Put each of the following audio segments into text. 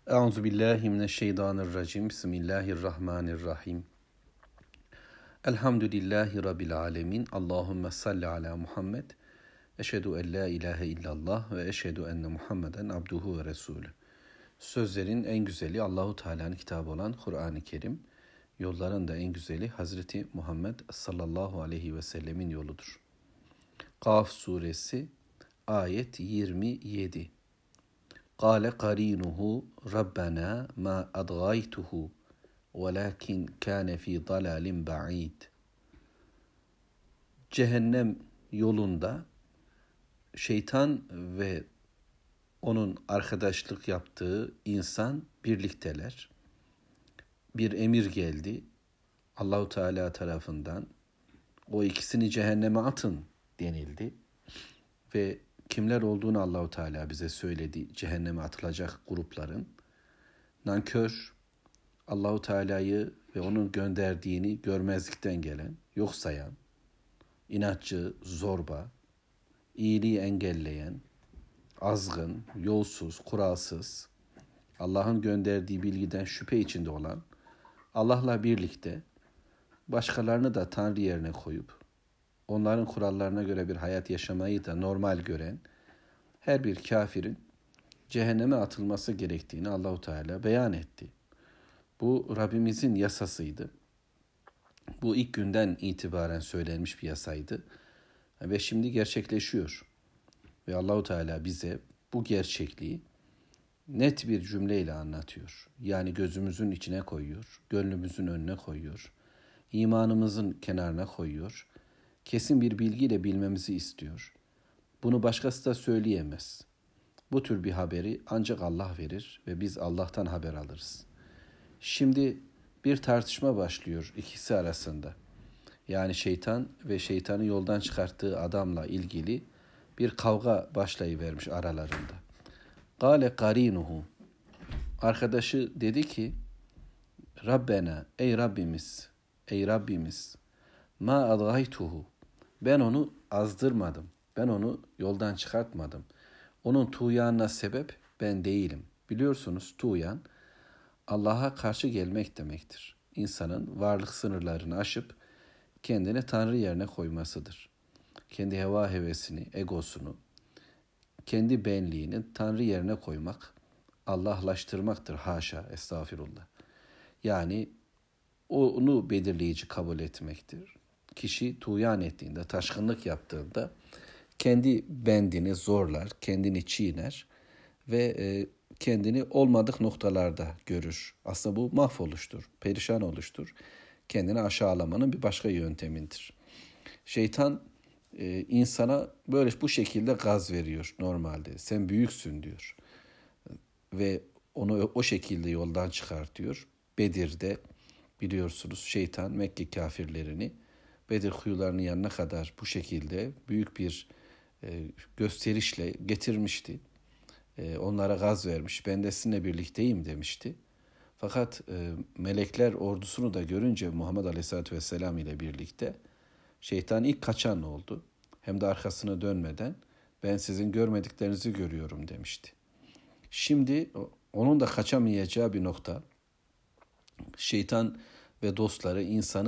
Euzubillahimineşşeytanirracim. Bismillahirrahmanirrahim. Elhamdülillahi Rabbil alemin. Allahümme salli ala Muhammed. Eşhedü en la ilahe illallah ve eşhedü enne Muhammeden abduhu ve resulü. Sözlerin en güzeli Allahu Teala'nın kitabı olan Kur'an-ı Kerim. Yolların da en güzeli Hazreti Muhammed sallallahu aleyhi ve sellemin yoludur. Kaf suresi ayet 27. Kâle qarînuhu Rabbena ma adgaytuhu velakin kâne fî dalâlin ba'id. Cehennem yolunda şeytan ve onun arkadaşlık yaptığı insan birlikteler. Bir emir geldi Allahu Teala tarafından. O ikisini cehenneme atın denildi. Ve kimler olduğunu Allahu Teala bize söyledi. Cehenneme atılacak grupların. Nankör, Allahu Teala'yı ve onun gönderdiğini görmezlikten gelen, yok sayan, inatçı, zorba, iyiliği engelleyen, azgın, yolsuz, kuralsız, Allah'ın gönderdiği bilgiden şüphe içinde olan, Allah'la birlikte başkalarını da Tanrı yerine koyup, onların kurallarına göre bir hayat yaşamayı da normal gören her bir kafirin cehenneme atılması gerektiğini Allahu Teala beyan etti. Bu Rabbimizin yasasıydı. Bu ilk günden itibaren söylenmiş bir yasaydı ve şimdi gerçekleşiyor. Ve Allahu Teala bize bu gerçekliği net bir cümleyle anlatıyor. Yani gözümüzün içine koyuyor, gönlümüzün önüne koyuyor, imanımızın kenarına koyuyor. Kesin bir bilgiyle bilmemizi istiyor. Bunu başkası da söyleyemez. Bu tür bir haberi ancak Allah verir ve biz Allah'tan haber alırız. Şimdi bir tartışma başlıyor ikisi arasında. Yani şeytan ve şeytanı yoldan çıkarttığı adamla ilgili bir kavga başlayıvermiş aralarında. Kâle qarînuhu. Arkadaşı dedi ki, Rabbena, ey Rabbimiz, ma adgaytuhu. Ben onu azdırmadım. Ben onu yoldan çıkartmadım. Onun tuğyanına sebep ben değilim. Biliyorsunuz tuğyan Allah'a karşı gelmek demektir. İnsanın varlık sınırlarını aşıp kendini Tanrı yerine koymasıdır. Kendi heva hevesini, egosunu, kendi benliğini Tanrı yerine koymak, Allahlaştırmaktır. Haşa, estağfirullah. Yani onu belirleyici kabul etmektir. Kişi tuğyan ettiğinde, taşkınlık yaptığında kendi bendini zorlar, kendini çiğner ve kendini olmadık noktalarda görür. Aslında bu mahvoluştur, perişan oluştur. Kendini aşağılamanın bir başka yöntemidir. Şeytan insana böyle bu şekilde gaz veriyor normalde. Sen büyüksün diyor. Ve onu o şekilde yoldan çıkartıyor. Bedir'de biliyorsunuz şeytan Mekke kafirlerini Bedir kuyularının yanına kadar bu şekilde büyük bir gösterişle getirmişti. Onlara gaz vermiş. Ben de sizinle birlikteyim demişti. Fakat melekler ordusunu da görünce Muhammed Aleyhisselatü Vesselam ile birlikte şeytan ilk kaçan oldu. Hem de arkasına dönmeden ben sizin görmediklerinizi görüyorum demişti. Şimdi onun da kaçamayacağı bir nokta. Şeytan ve dostları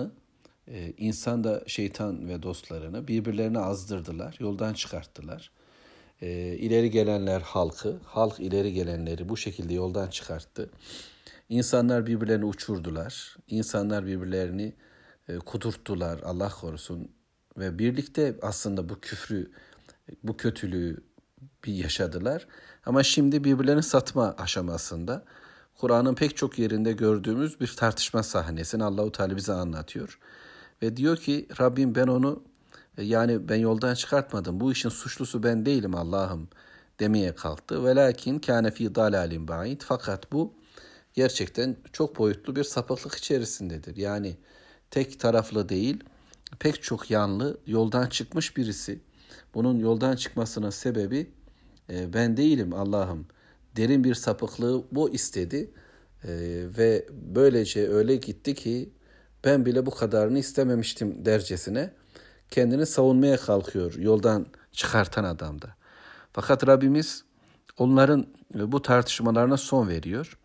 insan da şeytan ve dostlarını birbirlerine azdırdılar, yoldan çıkarttılar. İleri gelenler halk ileri gelenleri bu şekilde yoldan çıkarttı. İnsanlar birbirlerini uçurdular, insanlar birbirlerini kudurttular, Allah korusun. Ve birlikte aslında bu küfrü, bu kötülüğü bir yaşadılar. Ama şimdi birbirlerini satma aşamasında. Kur'an'ın pek çok yerinde gördüğümüz bir tartışma sahnesini Allahu Teala bize anlatıyor. Ve diyor ki Rabbim ben onu ben yoldan çıkartmadım. Bu işin suçlusu ben değilim Allah'ım demeye kalktı. Velakin kâne fî dalâlin ba'id. Fakat bu gerçekten çok boyutlu bir sapıklık içerisindedir. Yani tek taraflı değil, pek çok yanlı yoldan çıkmış birisi. Bunun yoldan çıkmasının sebebi ben değilim Allah'ım. Derin bir sapıklığı bu istedi ve böylece öyle gitti ki ben bile bu kadarını istememiştim dercesine kendini savunmaya kalkıyor yoldan çıkartan adamda. Fakat Rabbimiz onların bu tartışmalarına son veriyor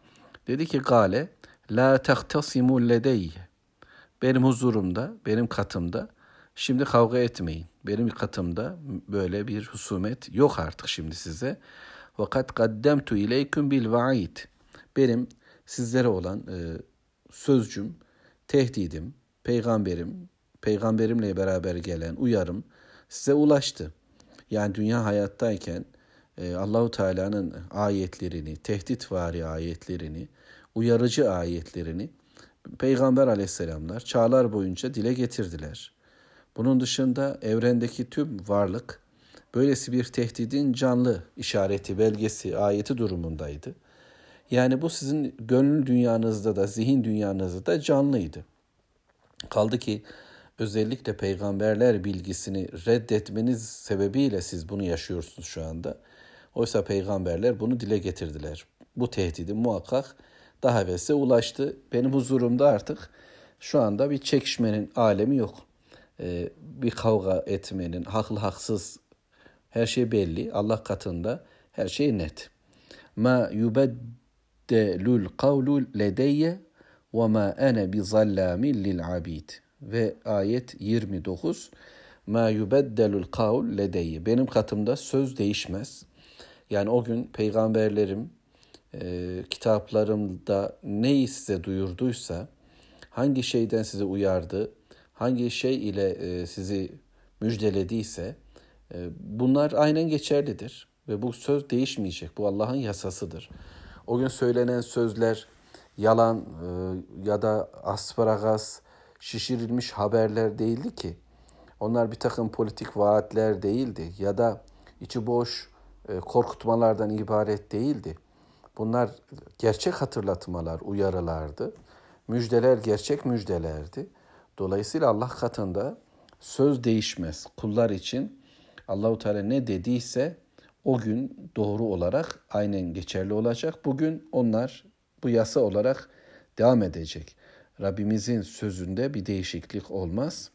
Dedi ki gale la tahtasimu ledeyye. Benim huzurumda, benim katımda şimdi kavga etmeyin. Benim katımda böyle bir husumet yok artık şimdi size. Fakat kaddemtu ileyküm bil vaid. Benim sizlere olan sözcüm, tehdidim, peygamberimle beraber gelen uyarım size ulaştı. Yani dünya hayattayken Allahu Teala'nın ayetlerini, tehditvari ayetlerini, uyarıcı ayetlerini Peygamber aleyhisselamlar çağlar boyunca dile getirdiler. Bunun dışında evrendeki tüm varlık böylesi bir tehdidin canlı işareti, belgesi, ayeti durumundaydı. Yani bu sizin gönül dünyanızda da, zihin dünyanızda da canlıydı. Kaldı ki özellikle peygamberler bilgisini reddetmeniz sebebiyle siz bunu yaşıyorsunuz şu anda. Oysa peygamberler bunu dile getirdiler. Bu tehdidi muhakkak daha evvelse ulaştı. Benim huzurumda artık şu anda bir çekişmenin alemi yok. Bir kavga etmenin, haklı haksız her şey belli. Allah katında her şey net. Ma yubeddelul kavlu ledeyye ve ma ene bi zallamin lil abid. Ve ayet 29. Ma yubeddelul kavl ledeyye. Benim katımda söz değişmez. Yani o gün peygamberlerim kitaplarımda neyi size duyurduysa, hangi şeyden sizi uyardı, hangi şey ile sizi müjdelediyse bunlar aynen geçerlidir. Ve bu söz değişmeyecek. Bu Allah'ın yasasıdır. O gün söylenen sözler yalan ya da asparagas, şişirilmiş haberler değildi ki. Onlar bir takım politik vaatler değildi ya da içi boş korkutmalardan ibaret değildi. Bunlar gerçek hatırlatmalar, uyarılardı. Müjdeler gerçek müjdelerdi. Dolayısıyla Allah katında söz değişmez. Kullar için Allahu Teala ne dediyse o gün doğru olarak aynen geçerli olacak. Bugün onlar bu yasa olarak devam edecek. Rabbimizin sözünde bir değişiklik olmaz.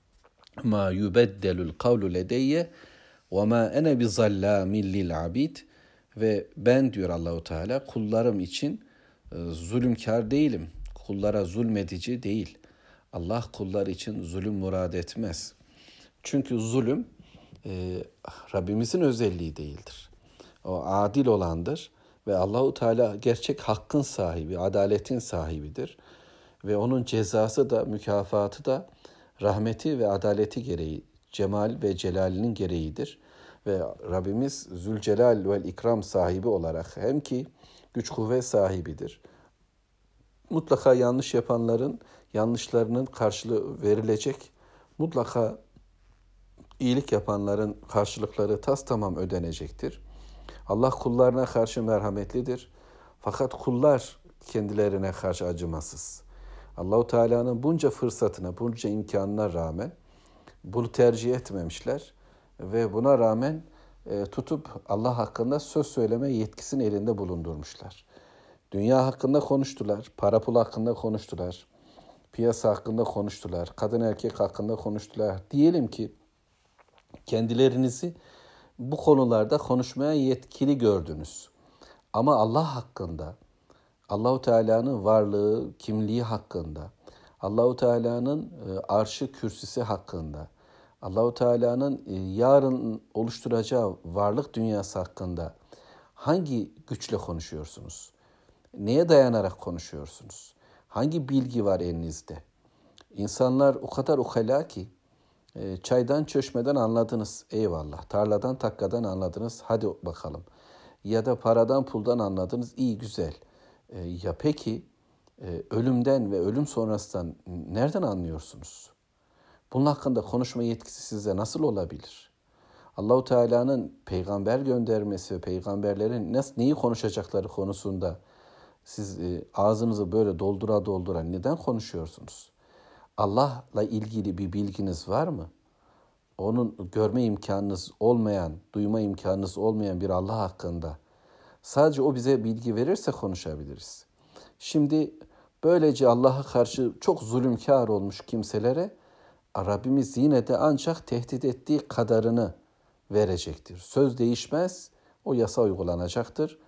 Ma yubeddelul kavlu ledeyye ve ma ene bi zallamin lil abid. Ve ben diyor Allahu Teala kullarım için zulümkar değilim. Kullara zulmedici değil. Allah kullar için zulüm murad etmez. Çünkü zulüm Rabbimizin özelliği değildir. O adil olandır ve Allahu Teala gerçek hakkın sahibi, adaletin sahibidir. Ve onun cezası da, mükafatı da rahmeti ve adaleti gereği, cemal ve celalinin gereğidir. Ve Rabbimiz Zülcelal ve İkram sahibi olarak hem ki güç kuvvet sahibidir. Mutlaka yanlış yapanların yanlışlarının karşılığı verilecek. Mutlaka iyilik yapanların karşılıkları tamam ödenecektir. Allah kullarına karşı merhametlidir. Fakat kullar kendilerine karşı acımasız. Allahu Teala'nın bunca fırsatına, bunca imkanına rağmen bunu tercih etmemişler ve buna rağmen tutup Allah hakkında söz söyleme yetkisini elinde bulundurmuşlar. Dünya hakkında konuştular, para pul hakkında konuştular, piyasa hakkında konuştular, kadın erkek hakkında konuştular. Diyelim ki kendilerinizi bu konularda konuşmaya yetkili gördünüz. Ama Allah hakkında, Allahu Teala'nın varlığı, kimliği hakkında, Allahu Teala'nın arşı kürsüsü hakkında, Allahu Teala'nın yarın oluşturacağı varlık dünyası hakkında hangi güçle konuşuyorsunuz? Neye dayanarak konuşuyorsunuz? Hangi bilgi var elinizde? İnsanlar o kadar ukala ki çaydan çeşmeden anladınız, eyvallah. Tarladan takkadan anladınız, hadi bakalım. Ya da paradan puldan anladınız, iyi güzel. Ya peki ölümden ve ölüm sonrasından nereden anlıyorsunuz? Bunun hakkında konuşma yetkisi size nasıl olabilir? Allahu Teala'nın peygamber göndermesi ve peygamberlerin neyi konuşacakları konusunda siz ağzınızı böyle doldura neden konuşuyorsunuz? Allah'la ilgili bir bilginiz var mı? Onun görme imkanınız olmayan, duyma imkanınız olmayan bir Allah hakkında sadece o bize bilgi verirse konuşabiliriz. Şimdi böylece Allah'a karşı çok zulümkar olmuş kimselere Rabbimiz yine de ancak tehdit ettiği kadarını verecektir. Söz değişmez, o yasa uygulanacaktır.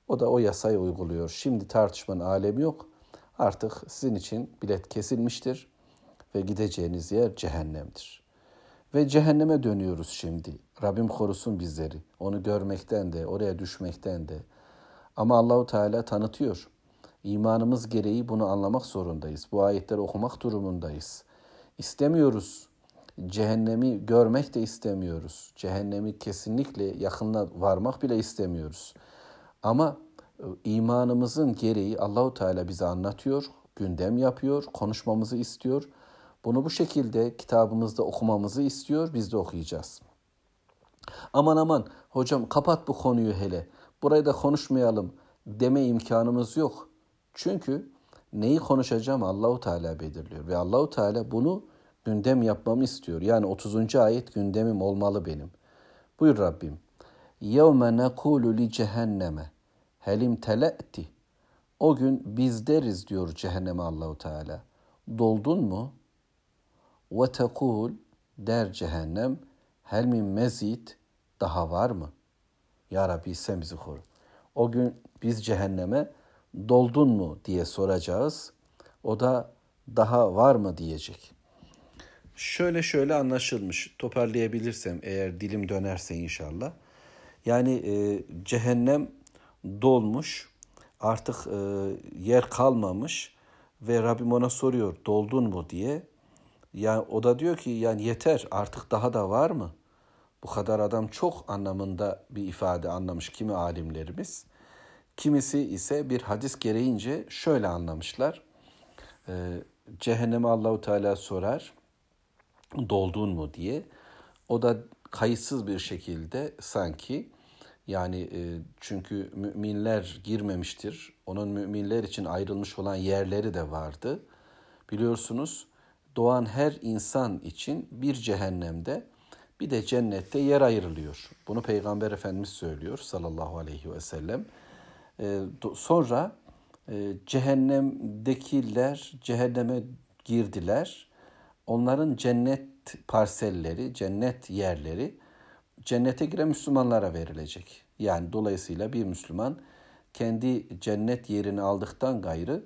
O da o yasayı uyguluyor. Şimdi tartışmanın alemi yok. Artık sizin için bilet kesilmiştir ve gideceğiniz yer cehennemdir. Ve cehenneme dönüyoruz şimdi. Rabbim korusun bizleri. Onu görmekten de, oraya düşmekten de. Ama Allahu Teala tanıtıyor. İmanımız gereği bunu anlamak zorundayız. Bu ayetleri okumak durumundayız. İstemiyoruz. Cehennemi görmek de istemiyoruz. Cehennemi kesinlikle yakınına varmak bile istemiyoruz. Ama imanımızın gereği Allahu Teala bize anlatıyor, gündem yapıyor, konuşmamızı istiyor. Bunu bu şekilde kitabımızda okumamızı istiyor, biz de okuyacağız. Aman aman hocam kapat bu konuyu hele, burayı da konuşmayalım deme imkanımız yok. Çünkü neyi konuşacağım Allahu Teala belirliyor ve Allahu Teala bunu gündem yapmamı istiyor. Yani 30. ayet gündemim olmalı benim. Buyur Rabbim. يَوْمَ نَقُولُ لِجَهَنَّمَ helim tele'ti. O gün biz deriz diyor cehenneme Allahu Teala. Doldun mu? Ve tekul der cehennem hel min mezid daha var mı? Ya Rabbi sen bizi koru. O gün biz cehenneme doldun mu diye soracağız. O da daha var mı diyecek. Şöyle anlaşılmış. Toparlayabilirsem eğer dilim dönerse inşallah. Yani cehennem dolmuş, artık yer kalmamış ve Rabbim ona soruyor doldun mu diye. Yani o da diyor ki yani yeter artık daha da var mı? Bu kadar adam çok anlamında bir ifade anlamış kimi alimlerimiz. Kimisi ise bir hadis gereğince şöyle anlamışlar. Cehenneme Allahu Teala sorar doldun mu diye. O da kayıtsız bir şekilde sanki yani çünkü müminler girmemiştir. Onun müminler için ayrılmış olan yerleri de vardı. Biliyorsunuz doğan her insan için bir cehennemde bir de cennette yer ayrılıyor. Bunu Peygamber Efendimiz söylüyor sallallahu aleyhi ve sellem. Sonra cehennemdekiler cehenneme girdiler. Onların cennet parselleri, cennet yerleri cennete giren Müslümanlara verilecek. Yani dolayısıyla bir Müslüman kendi cennet yerini aldıktan gayrı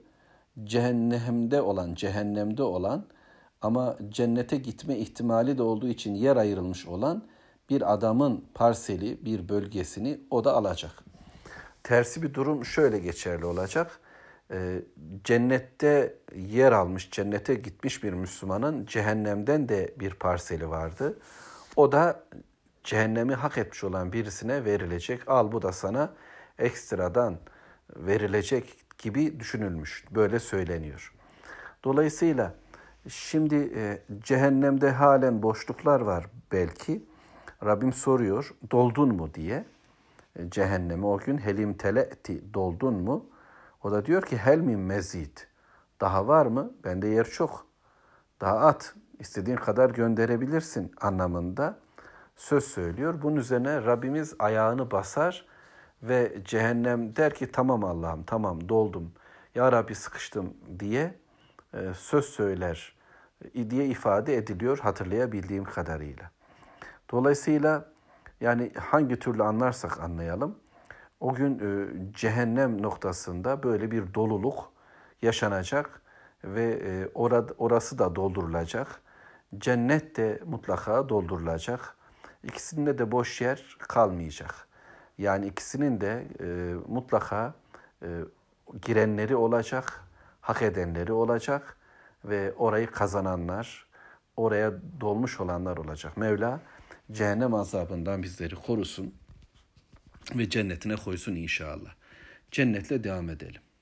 cehennemde olan ama cennete gitme ihtimali de olduğu için yer ayrılmış olan bir adamın parseli, bir bölgesini o da alacak. Tersi bir durum şöyle geçerli olacak. Cennette yer almış, cennete gitmiş bir Müslümanın cehennemden de bir parseli vardı. O da cehennemi hak etmiş olan birisine verilecek. Al bu da sana ekstradan verilecek gibi düşünülmüş. Böyle söyleniyor. Dolayısıyla şimdi cehennemde halen boşluklar var belki. Rabbim soruyor doldun mu diye. Cehenneme o gün helim tele'ti doldun mu? O da diyor ki hel min mezid. Daha var mı? Bende yer çok. Daha at. İstediğin kadar gönderebilirsin anlamında söz söylüyor. Bunun üzerine Rabbimiz ayağını basar ve cehennem der ki tamam Allah'ım tamam doldum. Ya Rabbi sıkıştım diye söz söyler diye ifade ediliyor hatırlayabildiğim kadarıyla. Dolayısıyla yani hangi türlü anlarsak anlayalım. O gün cehennem noktasında böyle bir doluluk yaşanacak ve orası da doldurulacak. Cennet de mutlaka doldurulacak. İkisinde de boş yer kalmayacak. Yani ikisinin de mutlaka girenleri olacak, hak edenleri olacak ve orayı kazananlar, oraya dolmuş olanlar olacak. Mevla cehennem azabından bizleri korusun ve cennetine koysun inşallah. Cennetle devam edelim.